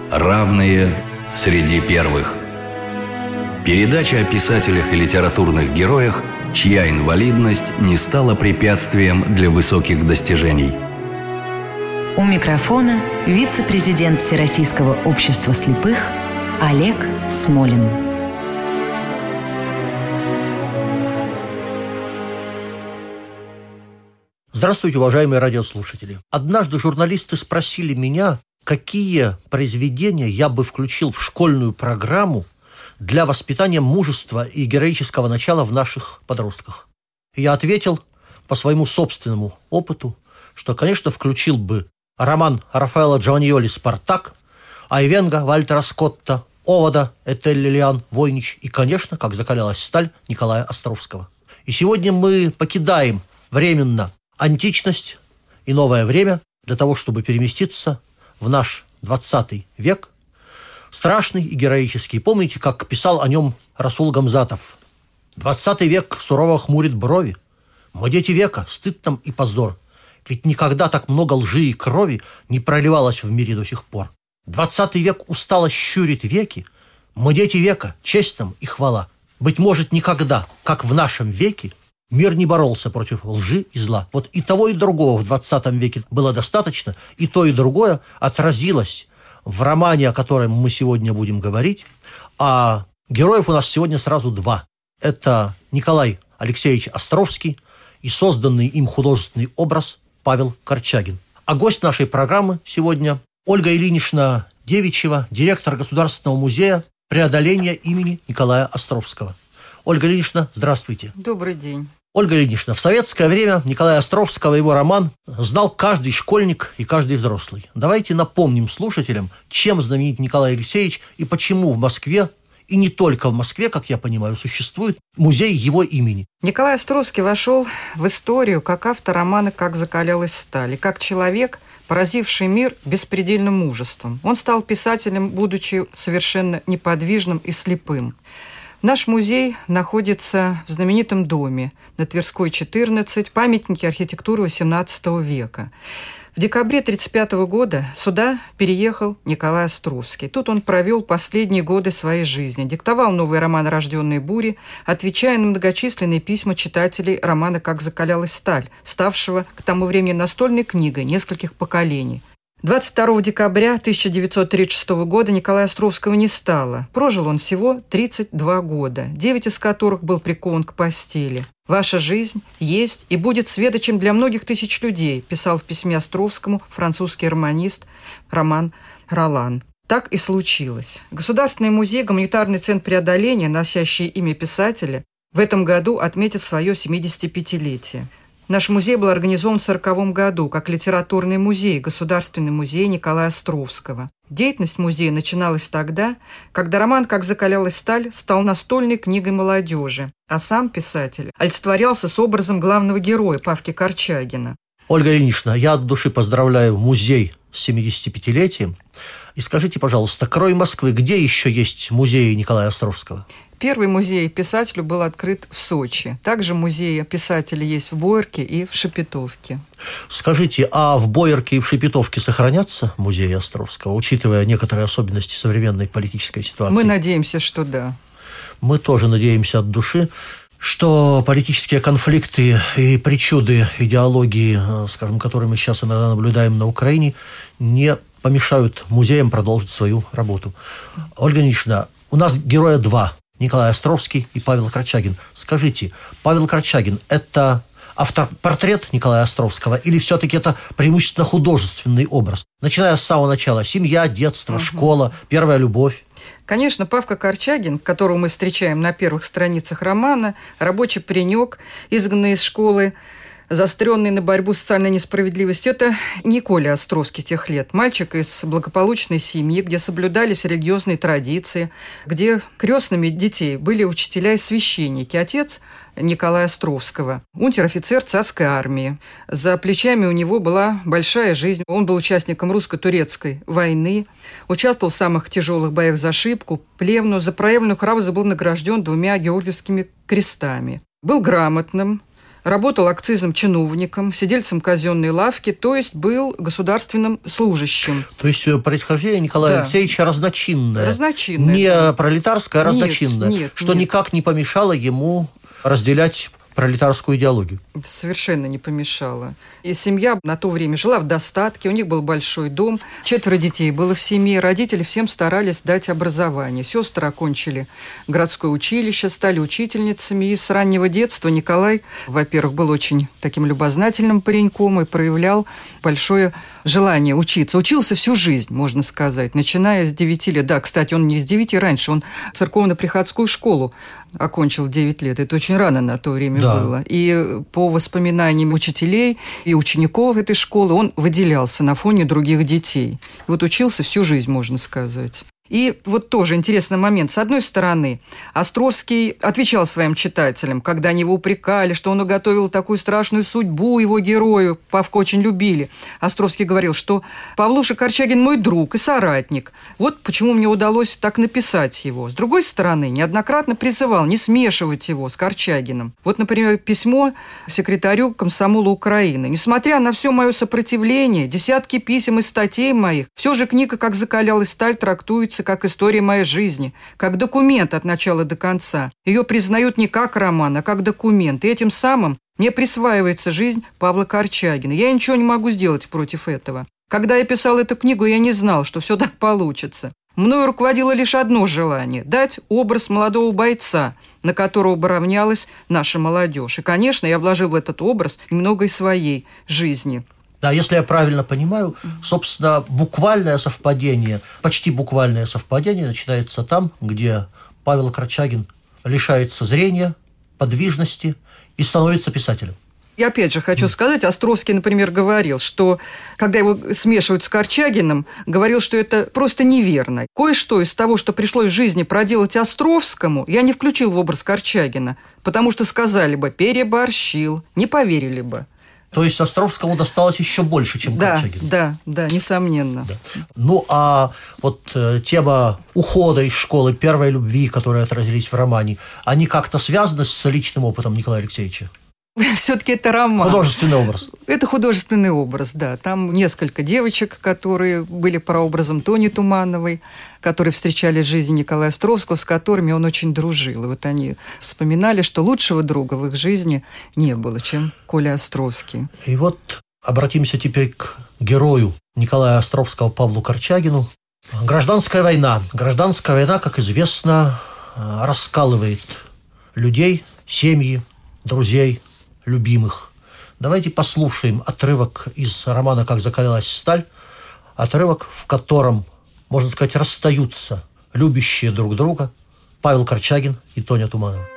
Равные среди первых. Передача о писателях и литературных героях, чья инвалидность не стала препятствием для высоких достижений. У микрофона вице-президент Всероссийского общества слепых Олег Смолин. Здравствуйте, уважаемые радиослушатели. Однажды журналисты спросили меня, какие произведения я бы включил в школьную программу для воспитания мужества и героического начала в наших подростках. И я ответил по своему собственному опыту, что, конечно, включил бы роман Рафаэла Джованьоли «Спартак», Айвенго Вальтера Скотта, Овода Этель Лилиан Войнич и, конечно, «Как закалялась сталь» Николая Островского. И сегодня мы покидаем временно античность и новое время для того, чтобы переместиться в наш 20 век, страшный и героический. Помните, как писал о нем Расул Гамзатов? 20 век сурово хмурит брови. Мы дети века, стыд нам и позор. Ведь никогда так много лжи и крови не проливалось в мире до сих пор. 20 век устало щурит веки. Мы дети века, честь нам и хвала. Быть может, никогда, как в нашем веке, мир не боролся против лжи и зла. Вот и того, и другого в 20 веке было достаточно, и то, и другое отразилось в романе, о котором мы сегодня будем говорить. А героев у нас сегодня сразу два. Это Николай Алексеевич Островский и созданный им художественный образ Павел Корчагин. А гость нашей программы сегодня Ольга Ильинична Девичева, директор Государственного музея преодоления имени Николая Островского. Ольга Ильинична, здравствуйте. Добрый день. Ольга Ильинична, в советское время Николая Островского, его роман, знал каждый школьник и каждый взрослый. Давайте напомним слушателям, чем знаменит Николай Алексеевич и почему в Москве, и не только в Москве, как я понимаю, существует музей его имени. Николай Островский вошел в историю как автор романа «Как закалялась сталь» и как человек, поразивший мир беспредельным мужеством. Он стал писателем, будучи совершенно неподвижным и слепым. Наш музей находится в знаменитом доме на Тверской, 14, памятники архитектуры XVIII века. В декабре 1935 года сюда переехал Николай Островский. Тут он провел последние годы своей жизни, диктовал новый роман «Рожденные бури», отвечая на многочисленные письма читателей романа «Как закалялась сталь», ставшего к тому времени настольной книгой нескольких поколений. 22 декабря 1936 года Николая Островского не стало. Прожил он всего 32 года, 9 из которых был прикован к постели. «Ваша жизнь есть и будет светочем для многих тысяч людей», писал в письме Островскому французский романист Роман Ролан. Так и случилось. Государственный музей «Гуманитарный центр преодоления», носящий имя писателя, в этом году отметит свое 75-летие. Наш музей был организован в 1940 году как литературный музей, Государственный музей Николая Островского. Деятельность музея начиналась тогда, когда роман «Как закалялась сталь» стал настольной книгой молодежи, а сам писатель олицетворялся с образом главного героя Павки Корчагина. Ольга Ильинична, я от души поздравляю музей с 75-летием. И скажите, пожалуйста, кроме Москвы, где еще есть музей Николая Островского? Первый музей писателю был открыт в Сочи. Также музеи писателя есть в Боярке и в Шепетовке. Скажите, а в Боярке и в Шепетовке сохранятся музеи Островского, учитывая некоторые особенности современной политической ситуации? Мы надеемся, что да. Мы тоже надеемся от души, что политические конфликты и причуды идеологии, скажем, которые мы сейчас иногда наблюдаем на Украине, не помешают музеям продолжить свою работу. Ольга Ильинична, у нас героя два. Николай Островский и Павел Корчагин. Скажите, Павел Корчагин – это автор-портрет Николая Островского или все-таки это преимущественно художественный образ? Начиная с самого начала – семья, детство, школа, первая любовь. Конечно, Павка Корчагин, которого мы встречаем на первых страницах романа, рабочий паренек, изгнанный из школы, заостренный на борьбу с социальной несправедливостью. Это не Коля Островский тех лет. Мальчик из благополучной семьи, где соблюдались религиозные традиции, где крестными детей были учителя и священники. Отец Николая Островского, унтер-офицер царской армии. За плечами у него была большая жизнь. Он был участником русско-турецкой войны, участвовал в самых тяжелых боях за Шипку, Плевну. За проявленную храбрость был награжден 2 Георгиевскими крестами. Был грамотным, работал акцизным чиновником, сидельцем казенной лавки, то есть был государственным служащим. То есть происхождение Николая Алексеевича разночинное. Разночинное. Не пролетарское, а разночинное. Нет, что никак не помешало ему разделять пролетарскую идеологию. Совершенно не помешало. И семья на то время жила в достатке, у них был большой дом, 4 детей было в семье, родители всем старались дать образование. Сестры окончили городское училище, стали учительницами, и с раннего детства Николай, во-первых, был очень таким любознательным пареньком и проявлял большое желание учиться. Учился всю жизнь, можно сказать, начиная с 9 лет. Да, кстати, он не с 9, раньше он церковно-приходскую школу окончил в 9 лет. Это очень рано на то время было. И по воспоминаниям учителей и учеников этой школы он выделялся на фоне других детей. И вот учился всю жизнь, можно сказать. И вот тоже интересный момент. С одной стороны, Островский отвечал своим читателям, когда они его упрекали, что он уготовил такую страшную судьбу его герою. Павка очень любили. Островский говорил, что Павлуша Корчагин мой друг и соратник. Вот почему мне удалось так написать его. С другой стороны, неоднократно призывал не смешивать его с Корчагиным. Вот, например, письмо секретарю комсомола Украины. Несмотря на все мое сопротивление, десятки писем и статей моих, все же книга «Как закалялась сталь» трактуется как история моей жизни, как документ от начала до конца. Ее признают не как роман, а как документ. И этим самым мне присваивается жизнь Павла Корчагина. Я ничего не могу сделать против этого. Когда я писал эту книгу, я не знал, что все так получится. Мною руководило лишь одно желание – дать образ молодого бойца, на которого бы равнялась наша молодежь. И, конечно, я вложил в этот образ немного и своей жизни. Да, если я правильно понимаю, собственно, буквальное совпадение, почти буквальное совпадение начинается там, где Павел Корчагин лишается зрения, подвижности и становится писателем. И опять же хочу сказать, Островский, например, говорил, что когда его смешивают с Корчагиным, говорил, что это просто неверно. Кое-что из того, что пришлось в жизни проделать Островскому, я не включил в образ Корчагина, потому что сказали бы «переборщил», не поверили бы. То есть Островскому досталось еще больше, чем Корчагину. Да, несомненно. Да. Ну, а вот тема ухода из школы, первой любви, которые отразились в романе, они как-то связаны с личным опытом Николая Алексеевича? Все-таки это роман. Художественный образ. Это художественный образ, да. Там несколько девочек, которые были прообразом Тони Тумановой, которые встречали в жизни Николая Островского, с которыми он очень дружил. И вот они вспоминали, что лучшего друга в их жизни не было, чем Коля Островский. И вот обратимся теперь к герою Николая Островского, Павлу Корчагину. Гражданская война. Гражданская война, как известно, раскалывает людей, семьи, друзей, любимых. Давайте послушаем отрывок из романа «Как закалялась сталь», отрывок, в котором, можно сказать, расстаются любящие друг друга Павел Корчагин и Тоня Туманова.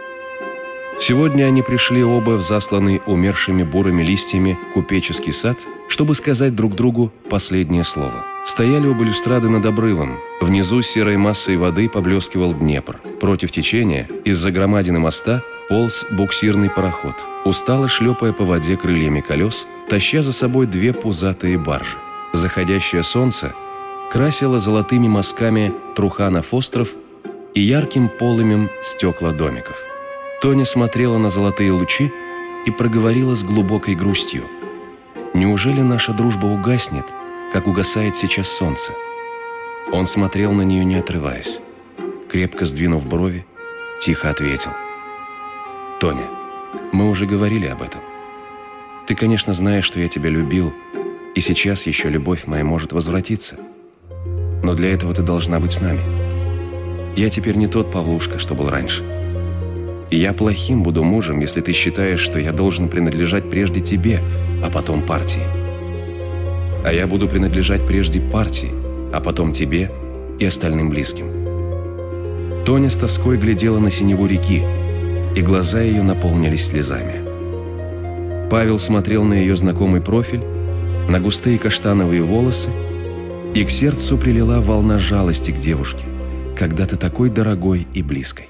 Сегодня они пришли оба в засланный умершими бурыми листьями купеческий сад, чтобы сказать друг другу последнее слово. Стояли у балюстрады над обрывом. Внизу серой массой воды поблескивал Днепр. Против течения, из-за громадины моста, полз буксирный пароход, устало шлепая по воде крыльями колес, таща за собой 2 пузатые баржи. Заходящее солнце красило золотыми мазками Труханов остров и ярким полымем стекла домиков. Тоня смотрела на золотые лучи и проговорила с глубокой грустью: «Неужели наша дружба угаснет, как угасает сейчас солнце?» Он смотрел на нее, не отрываясь. Крепко сдвинув брови, тихо ответил: «Тоня, мы уже говорили об этом. Ты, конечно, знаешь, что я тебя любил, и сейчас еще любовь моя может возвратиться. Но для этого ты должна быть с нами. Я теперь не тот Павлушка, что был раньше. И я плохим буду мужем, если ты считаешь, что я должен принадлежать прежде тебе, а потом партии. А я буду принадлежать прежде партии, а потом тебе и остальным близким». Тоня с тоской глядела на синеву реки, и глаза ее наполнились слезами. Павел смотрел на ее знакомый профиль, на густые каштановые волосы, и к сердцу прилила волна жалости к девушке, когда-то такой дорогой и близкой.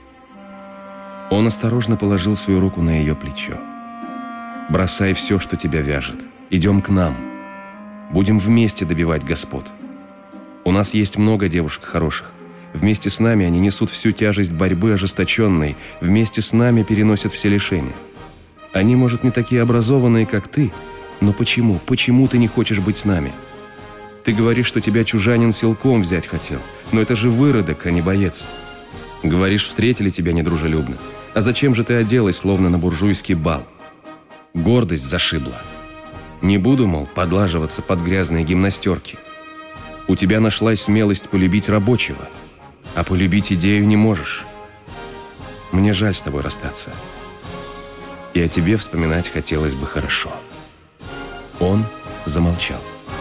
Он осторожно положил свою руку на ее плечо. «Бросай все, что тебя вяжет. Идем к нам. Будем вместе добивать господ. У нас есть много девушек хороших. Вместе с нами они несут всю тяжесть борьбы ожесточенной, вместе с нами переносят все лишения. Они, может, не такие образованные, как ты, но почему? Почему ты не хочешь быть с нами? Ты говоришь, что тебя чужанин силком взять хотел, но это же выродок, а не боец. Говоришь, встретили тебя недружелюбно. А зачем же ты оделась, словно на буржуйский бал? Гордость зашибла. Не буду, мол, подлаживаться под грязные гимнастерки. У тебя нашлась смелость полюбить рабочего, а полюбить идею не можешь. Мне жаль с тобой расстаться. И о тебе вспоминать хотелось бы хорошо. Он замолчал.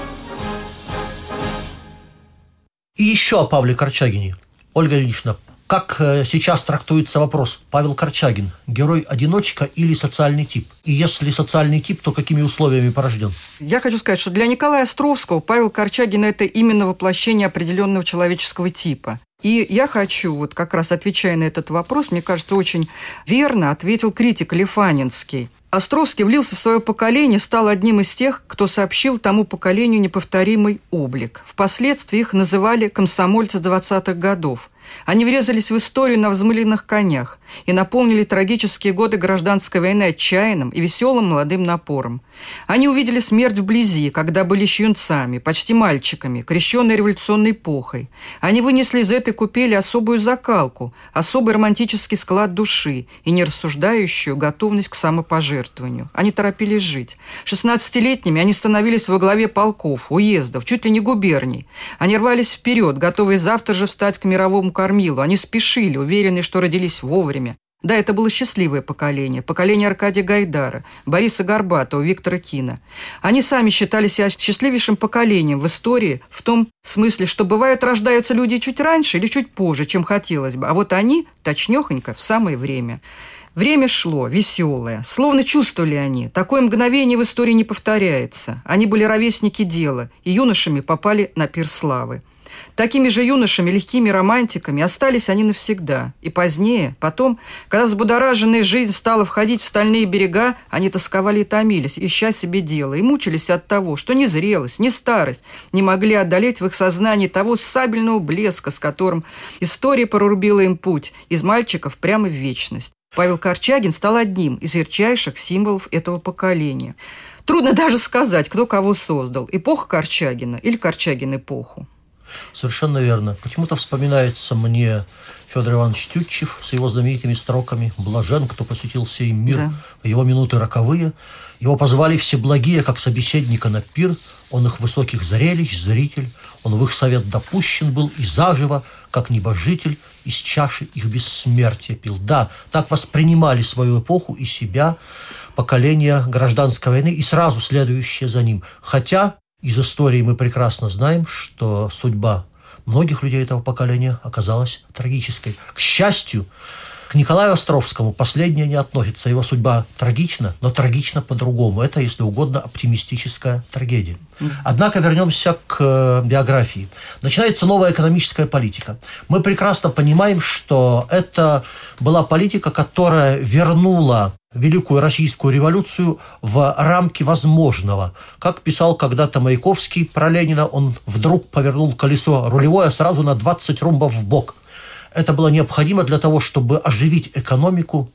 И еще о Павле Корчагине. Ольга Ильинична, как сейчас трактуется вопрос: Павел Корчагин – герой-одиночка или социальный тип? И если социальный тип, то какими условиями порожден? Я хочу сказать, что для Николая Островского Павел Корчагин – это именно воплощение определенного человеческого типа. И я хочу, вот как раз отвечая на этот вопрос, мне кажется, очень верно ответил критик Лифанинский. Островский влился в свое поколение, стал одним из тех, кто сообщил тому поколению неповторимый облик. Впоследствии их называли комсомольцы 20-х годов. Они врезались в историю на взмыленных конях и наполнили трагические годы гражданской войны отчаянным и веселым молодым напором. Они увидели смерть вблизи, когда были еще юнцами, почти мальчиками, крещенные революционной эпохой. Они вынесли из этой купели особую закалку, особый романтический склад души и нерассуждающую готовность к самопожертвованию. Они торопились жить. 16-летними они становились во главе полков, уездов, чуть ли не губерний. Они рвались вперед, готовые завтра же встать к мировому кормилу. Они спешили, уверенные, что родились вовремя. Да, это было счастливое поколение Аркадия Гайдара, Бориса Горбатова, Виктора Кина. Они сами считали себя счастливейшим поколением в истории в том смысле, что бывает рождаются люди чуть раньше или чуть позже, чем хотелось бы, а вот они точнёхонько в самое время. Время шло, веселое. Словно чувствовали они. Такое мгновение в истории не повторяется. Они были ровесники дела, и юношами попали на пир славы. Такими же юношами, легкими романтиками остались они навсегда. И позднее, потом, когда взбудораженная жизнь стала входить в стальные берега, они тосковали и томились, ища себе дело, и мучились от того, что ни зрелость, ни старость не могли одолеть в их сознании того сабельного блеска, с которым история прорубила им путь из мальчиков прямо в вечность. Павел Корчагин стал одним из ярчайших символов этого поколения. Трудно даже сказать, кто кого создал – эпоха Корчагина или Корчагин эпоху. Совершенно верно. Почему-то вспоминается мне Федор Иванович Тютчев с его знаменитыми строками: «Блажен, кто посетил сей мир, да. Его минуты роковые. Его позвали всеблагие, как собеседника на пир. Он их высоких зрелищ зритель. Он в их совет допущен был и заживо, как небожитель, из чаши их бессмертия пил». Да, так воспринимали свою эпоху и себя поколение гражданской войны и сразу следующее за ним. Хотя из истории мы прекрасно знаем, что судьба многих людей этого поколения оказалась трагической. К счастью, к Николаю Островскому последнее не относится. Его судьба трагична, но трагична по-другому. Это, если угодно, оптимистическая трагедия. Однако вернемся к биографии. Начинается новая экономическая политика. Мы прекрасно понимаем, что это была политика, которая вернула Великую Российскую революцию в рамки возможного. Как писал когда-то Маяковский про Ленина, он вдруг повернул колесо рулевое сразу на 20 румбов в бок. Это было необходимо для того, чтобы оживить экономику,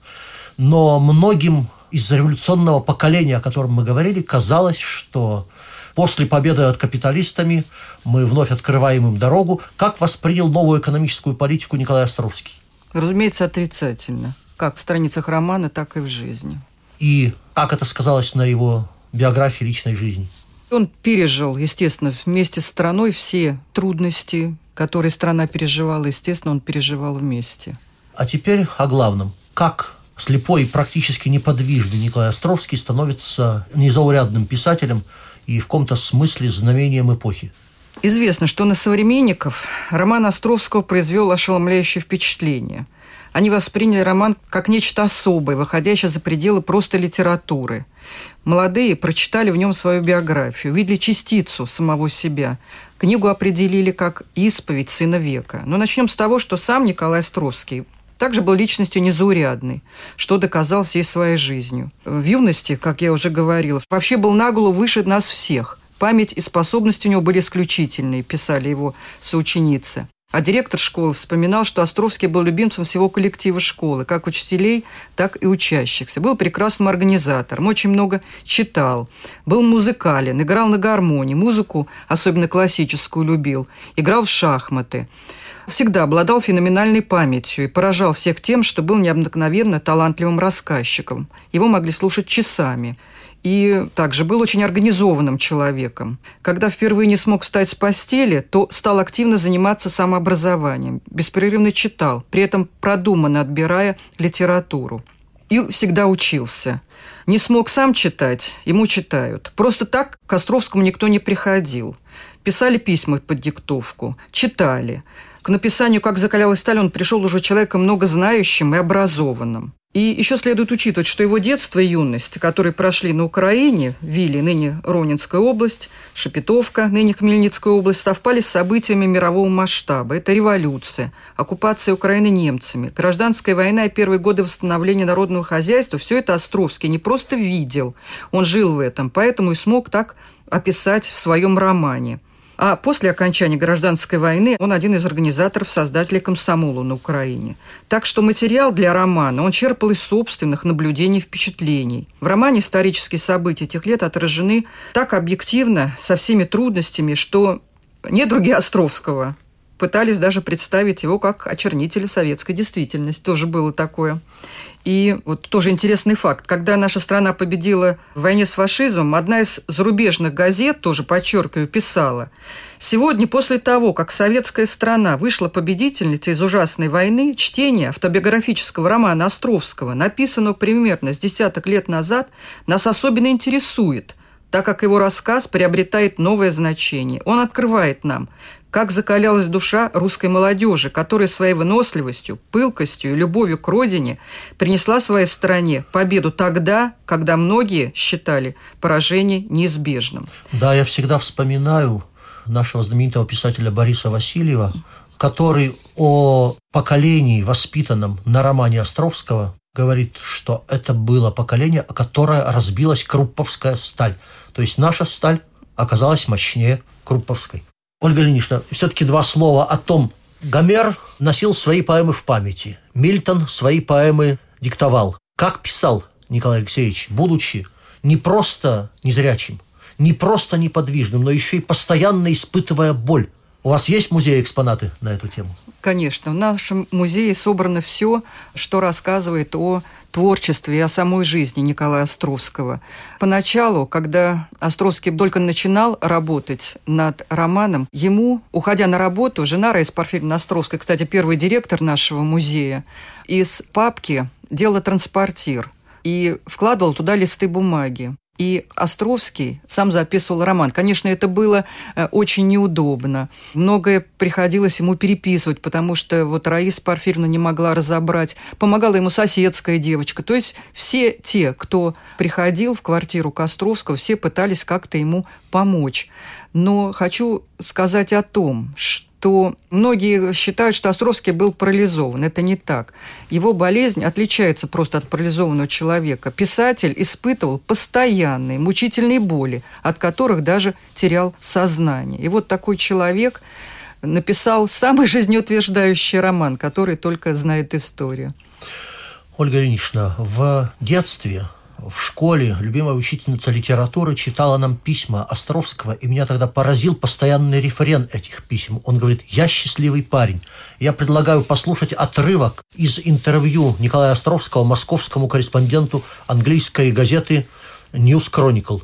но многим из революционного поколения, о котором мы говорили, казалось, что после победы над капиталистами мы вновь открываем им дорогу. Как воспринял новую экономическую политику Николай Островский? Разумеется, отрицательно. Как в страницах романа, так и в жизни. И как это сказалось на его биографии личной жизни? Он пережил, естественно, вместе с страной все трудности, которые страна переживала. Естественно, он переживал вместе. А теперь о главном. Как слепой и практически неподвижный Николай Островский становится незаурядным писателем и в каком-то смысле знамением эпохи? Известно, что на современников роман Островского произвел ошеломляющее впечатление. Они восприняли роман как нечто особое, выходящее за пределы просто литературы. Молодые прочитали в нем свою биографию, увидели частицу самого себя. Книгу определили как исповедь сына века. Но начнем с того, что сам Николай Островский также был личностью незаурядной, что доказал всей своей жизнью. В юности, как я уже говорила, вообще был на голову выше нас всех. Память и способности у него были исключительные, писали его соученицы. А директор школы вспоминал, что Островский был любимцем всего коллектива школы, как учителей, так и учащихся. Был прекрасным организатором, очень много читал, был музыкален, играл на гармонии, музыку, особенно классическую, любил, играл в шахматы. Всегда обладал феноменальной памятью и поражал всех тем, что был необыкновенно талантливым рассказчиком. Его могли слушать часами. И также был очень организованным человеком. Когда впервые не смог встать с постели, то стал активно заниматься самообразованием, беспрерывно читал, при этом продуманно отбирая литературу. И всегда учился. Не смог сам читать, ему читают. Просто так к Островскому никто не приходил. Писали письма под диктовку, читали. К написанию «Как закалялась сталь» он пришел уже человеком многознающим и образованным. И еще следует учитывать, что его детство и юность, которые прошли на Украине, Вилли, ныне Ронинская область, Шепетовка, ныне Хмельницкая область, совпали с событиями мирового масштаба. Это революция, оккупация Украины немцами, гражданская война и первые годы восстановления народного хозяйства. Все это Островский не просто видел, он жил в этом, поэтому и смог так описать в своем романе. А после окончания гражданской войны он один из организаторов, создателей комсомола на Украине. Так что материал для романа он черпал из собственных наблюдений и впечатлений. В романе исторические события тех лет отражены так объективно, со всеми трудностями, что недруги Островского пытались даже представить его как очернителя советской действительности. Тоже было такое. И вот тоже интересный факт. Когда наша страна победила в войне с фашизмом, одна из зарубежных газет, тоже подчеркиваю, писала: «Сегодня, после того, как советская страна вышла победительницей из ужасной войны, чтение автобиографического романа Островского, написанного примерно с десяток лет назад, нас особенно интересует, так как его рассказ приобретает новое значение. Он открывает нам, как закалялась душа русской молодежи, которая своей выносливостью, пылкостью и любовью к родине принесла своей стране победу тогда, когда многие считали поражение неизбежным». Да, я всегда вспоминаю нашего знаменитого писателя Бориса Васильева, который о поколении, воспитанном на романе Островского, говорит, что это было поколение, которое разбилась крупповская сталь. То есть наша сталь оказалась мощнее крупповской. Ольга Ильинична, все-таки два слова о том. Гомер носил свои поэмы в памяти. Мильтон свои поэмы диктовал. Как писал Николай Алексеевич, будучи не просто незрячим, не просто неподвижным, но еще и постоянно испытывая боль. У вас есть в музее экспонаты на эту тему? Конечно. В нашем музее собрано все, что рассказывает о творчестве и о самой жизни Николая Островского. Поначалу, когда Островский только начинал работать над романом, ему, уходя на работу, жена Раиса Порфирьевна Островская, кстати, первый директор нашего музея, из папки делала транспортир и вкладывал туда листы бумаги. И Островский сам записывал роман. Конечно, это было очень неудобно. Многое приходилось ему переписывать, потому что вот Раиса Порфирьевна не могла разобрать. Помогала ему соседская девочка. То есть все те, кто приходил в квартиру к Островскому, все пытались как-то ему помочь. Но хочу сказать о том, что многие считают, что Островский был парализован. Это не так. Его болезнь отличается просто от парализованного человека. Писатель испытывал постоянные мучительные боли, от которых даже терял сознание. И вот такой человек написал самый жизнеутверждающий роман, который только знает историю. Ольга Ильинична, в детстве, в школе любимая учительница литературы читала нам письма Островского, и меня тогда поразил постоянный рефрен этих писем. Он говорит: «Я счастливый парень». Я предлагаю послушать отрывок из интервью Николая Островского московскому корреспонденту английской газеты News Chronicle.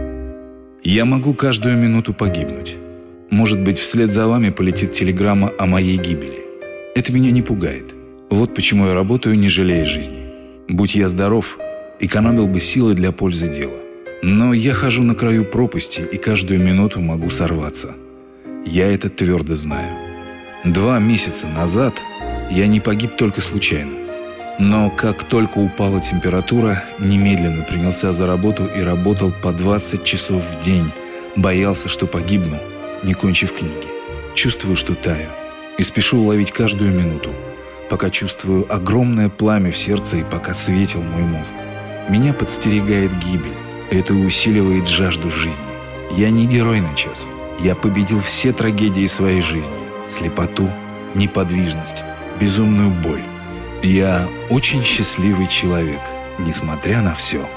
«Я могу каждую минуту погибнуть. Может быть, вслед за вами полетит телеграмма о моей гибели. Это меня не пугает. Вот почему я работаю, не жалея жизни. Будь я здоров, экономил бы силы для пользы дела. Но я хожу на краю пропасти и каждую минуту могу сорваться. Я это твердо знаю. 2 месяца назад я не погиб только случайно. Но как только упала температура, немедленно принялся за работу и работал по 20 часов в день. Боялся, что погибну, не кончив книги. Чувствую, что таю, и спешу уловить каждую минуту, пока чувствую огромное пламя в сердце и пока светил мой мозг. Меня подстерегает гибель. Это усиливает жажду жизни. Я не герой на час. Я победил все трагедии своей жизни. Слепоту, неподвижность, безумную боль. Я очень счастливый человек, несмотря на все.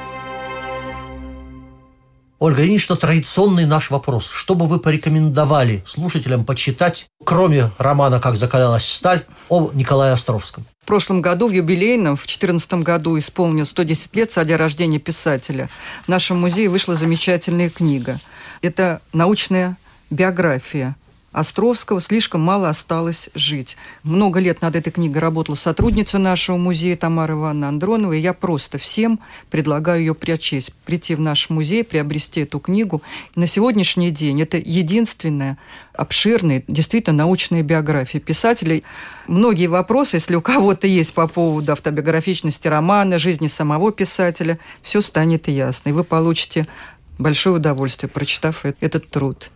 Ольга Ильинична, традиционный наш вопрос. Что бы вы порекомендовали слушателям почитать, кроме романа «Как закалялась сталь», о Николае Островском? В прошлом году, в юбилейном, в 2014 году исполнилось 110 лет со дня рождения писателя. В нашем музее вышла замечательная книга. Это научная биография Островского. «Слишком мало осталось жить». Много лет над этой книгой работала сотрудница нашего музея Тамара Ивановна Андронова, и я просто всем предлагаю ее прочесть, прийти в наш музей, приобрести эту книгу. На сегодняшний день это единственная обширная, действительно научная биография писателей. Многие вопросы, если у кого-то есть по поводу автобиографичности романа, жизни самого писателя, все станет ясно, и вы получите большое удовольствие, прочитав этот труд.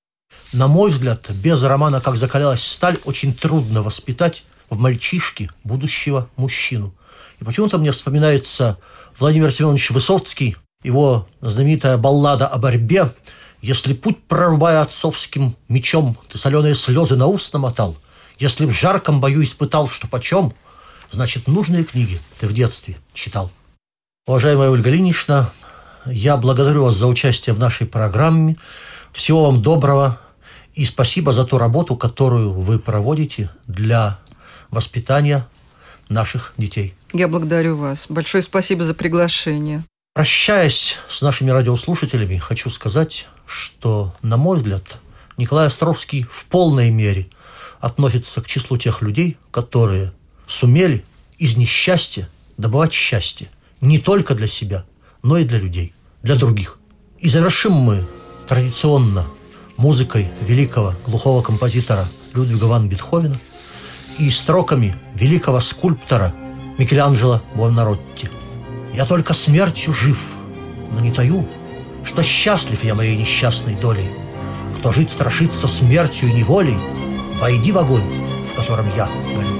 На мой взгляд, без романа «Как закалялась сталь» очень трудно воспитать в мальчишке будущего мужчину. И почему-то мне вспоминается Владимир Семенович Высоцкий, его знаменитая баллада о борьбе. «Если путь, прорубая отцовским мечом, ты соленые слезы на ус намотал, если в жарком бою испытал, что почем, значит, нужные книги ты в детстве читал». Уважаемая Ольга Ильинична, я благодарю вас за участие в нашей программе. Всего вам доброго. И спасибо за ту работу, которую вы проводите для воспитания наших детей. Я благодарю вас. Большое спасибо за приглашение. Прощаясь с нашими радиослушателями, хочу сказать, что, на мой взгляд, Николай Островский в полной мере относится к числу тех людей, которые сумели из несчастья добывать счастье не только для себя, но и для людей, для других. И завершим мы традиционно музыкой великого глухого композитора Людвига ван Бетховена и строками великого скульптора Микеланджело Буонаротти. «Я только смертью жив, но не таю, что счастлив я моей несчастной долей. Кто жить страшится смертью и неволей, войди в огонь, в котором я горю».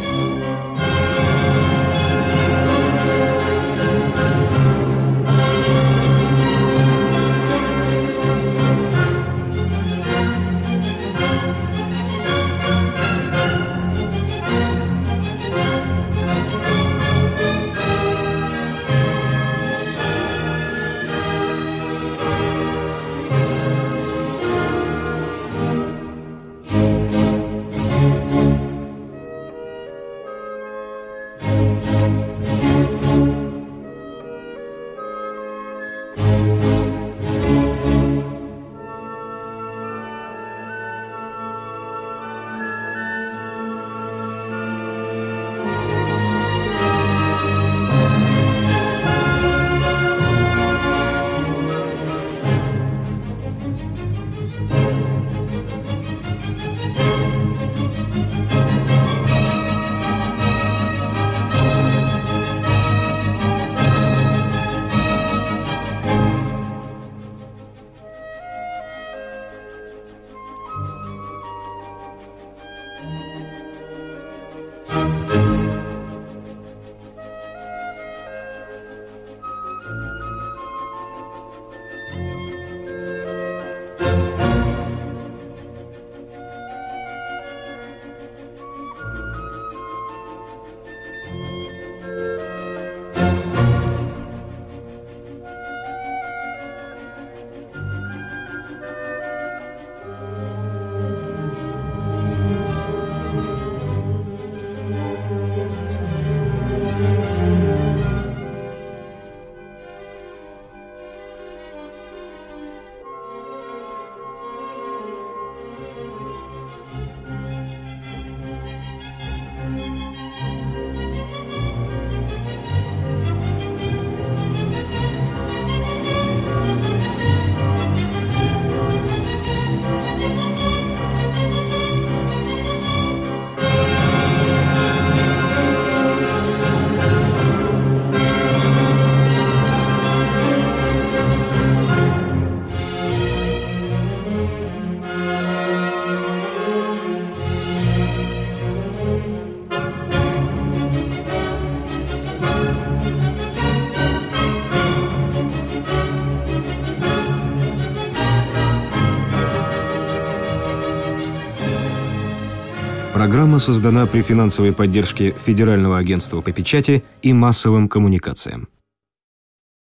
Программа создана при финансовой поддержке Федерального агентства по печати и массовым коммуникациям.